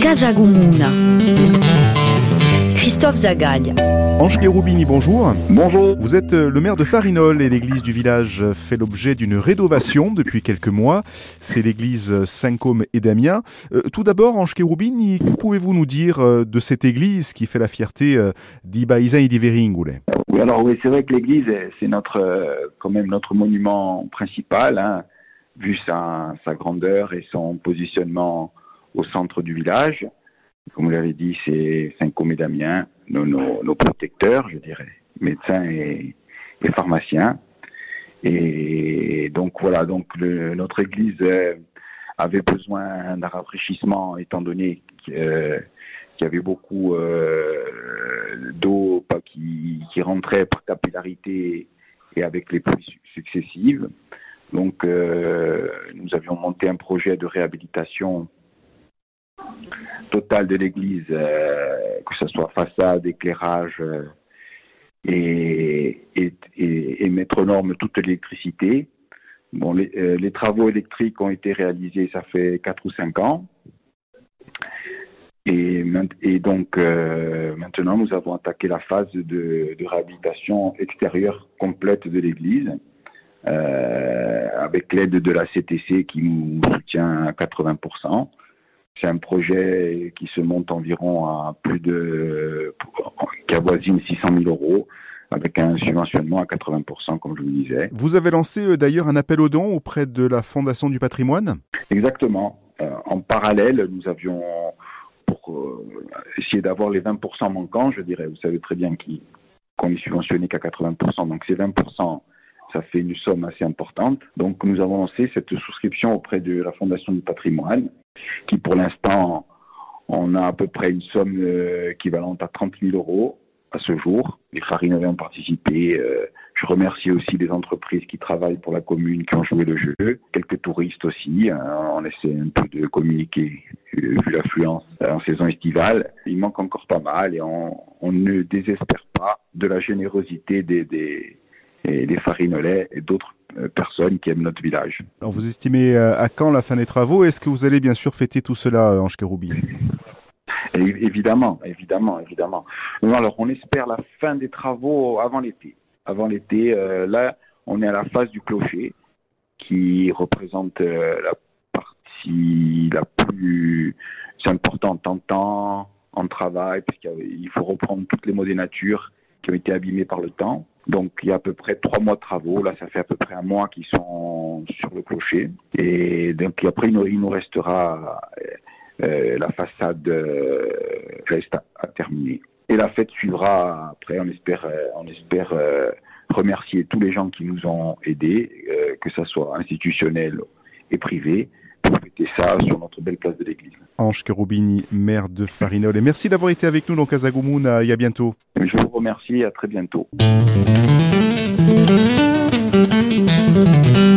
Casa Gumuna. Christophe Zagaglia. Ange Cherubini, bonjour. Bonjour. Vous êtes le maire de Farinol et l'église du village fait l'objet d'une rénovation depuis quelques mois. C'est l'église Saint-Côme et Damien. Tout d'abord, Ange Cherubini, que pouvez-vous nous dire de cette église qui fait la fierté d'Ibaiza et d'Iveringule? Oui, c'est vrai que l'église, c'est quand même notre monument principal, hein, vu sa grandeur et son positionnement au centre du village. Comme vous l'avez dit, c'est Saint-Côme et Damien, nos protecteurs, je dirais, médecins et pharmaciens. Et donc voilà, notre église avait besoin d'un rafraîchissement étant donné qu'il y avait beaucoup d'eau qui rentrait par capillarité et avec les pluies successives. Donc nous avions monté un projet de réhabilitation totale de l'église, que ce soit façade, éclairage et mettre aux normes toute l'électricité. Bon, les travaux électriques ont été réalisés, ça fait 4 ou 5 ans. Et donc, maintenant, nous avons attaqué la phase de réhabilitation extérieure complète de l'église, avec l'aide de la CTC qui nous soutient à 80%. C'est un projet qui se monte environ à qui avoisine 600 000 euros, avec un subventionnement à 80%, comme je vous le disais. Vous avez lancé d'ailleurs un appel aux dons auprès de la Fondation du patrimoine? Exactement. En parallèle, nous avions, pour essayer d'avoir les 20% manquants, je dirais, vous savez très bien qu'on est subventionné qu'à 80%, donc ces 20%, ça fait une somme assez importante. Donc nous avons lancé cette souscription auprès de la Fondation du patrimoine, qui pour l'instant, on a à peu près une somme équivalente à 30 000 euros à ce jour. Les Farinolais ont participé. Je remercie aussi les entreprises qui travaillent pour la commune, qui ont joué le jeu. Quelques touristes aussi. On essaie un peu de communiquer, vu l'affluence en saison estivale. Il manque encore pas mal et on ne désespère pas de la générosité des Farinolais et d'autres personnes qui aiment notre village. Alors vous estimez à quand la fin des travaux? Est-ce que vous allez bien sûr fêter tout cela, Ange Cherubini? Évidemment. Non, alors on espère la fin des travaux avant l'été. Là, on est à la phase du clocher, qui représente la partie la plus importante en temps, en travail, puisqu'il faut reprendre toutes les modénatures qui ont été abîmées par le temps. Donc, il y a à peu près 3 mois de travaux. Là, ça fait à peu près 1 mois qu'ils sont sur le clocher. Et donc, après, il nous restera la façade reste à terminer. Et la fête suivra après. On espère remercier tous les gens qui nous ont aidés, que ce soit institutionnel et privé, pour fêter ça sur notre belle place de l'église. Ange Cherubini, maire de Farinol. Et merci d'avoir été avec nous dans Casa Gumuna. Et à bientôt. Je vous remercie et à très bientôt.